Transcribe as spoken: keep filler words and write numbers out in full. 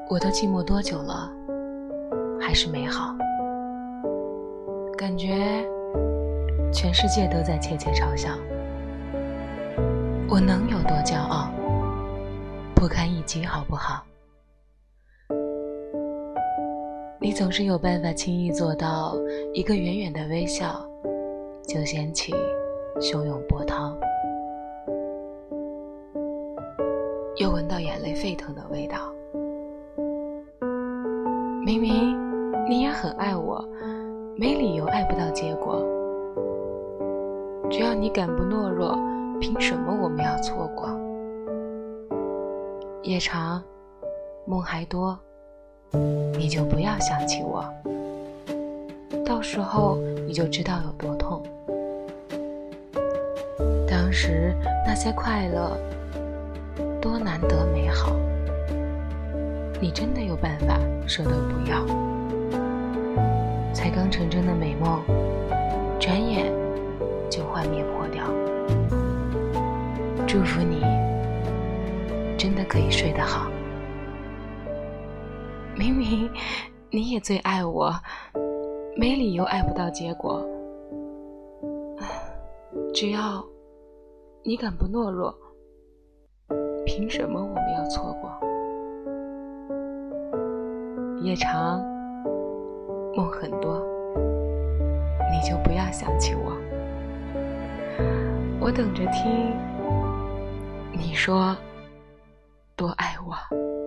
我都寂寞多久了，还是美好，感觉全世界都在窃窃嘲笑，我能有多骄傲，不堪一击好不好？你总是有办法轻易做到一个远远的微笑就掀起汹涌波涛，又闻到眼泪沸腾的味道。明明你也很爱我，没理由爱不到结果，只要你敢不懦弱，凭什么我们要错过？夜长梦还多，你就不要想起我，到时候你就知道有多痛。当时那些快乐多难得美好，你真的有办法舍得不要？才刚成真的美梦，转眼就幻灭破掉。祝福你真的可以睡得好。明明你也最爱我，没理由爱不到结果，只要你敢不懦弱，凭什么我们要错过？夜长梦很多，你就不要想起我，我等着听你说多爱我。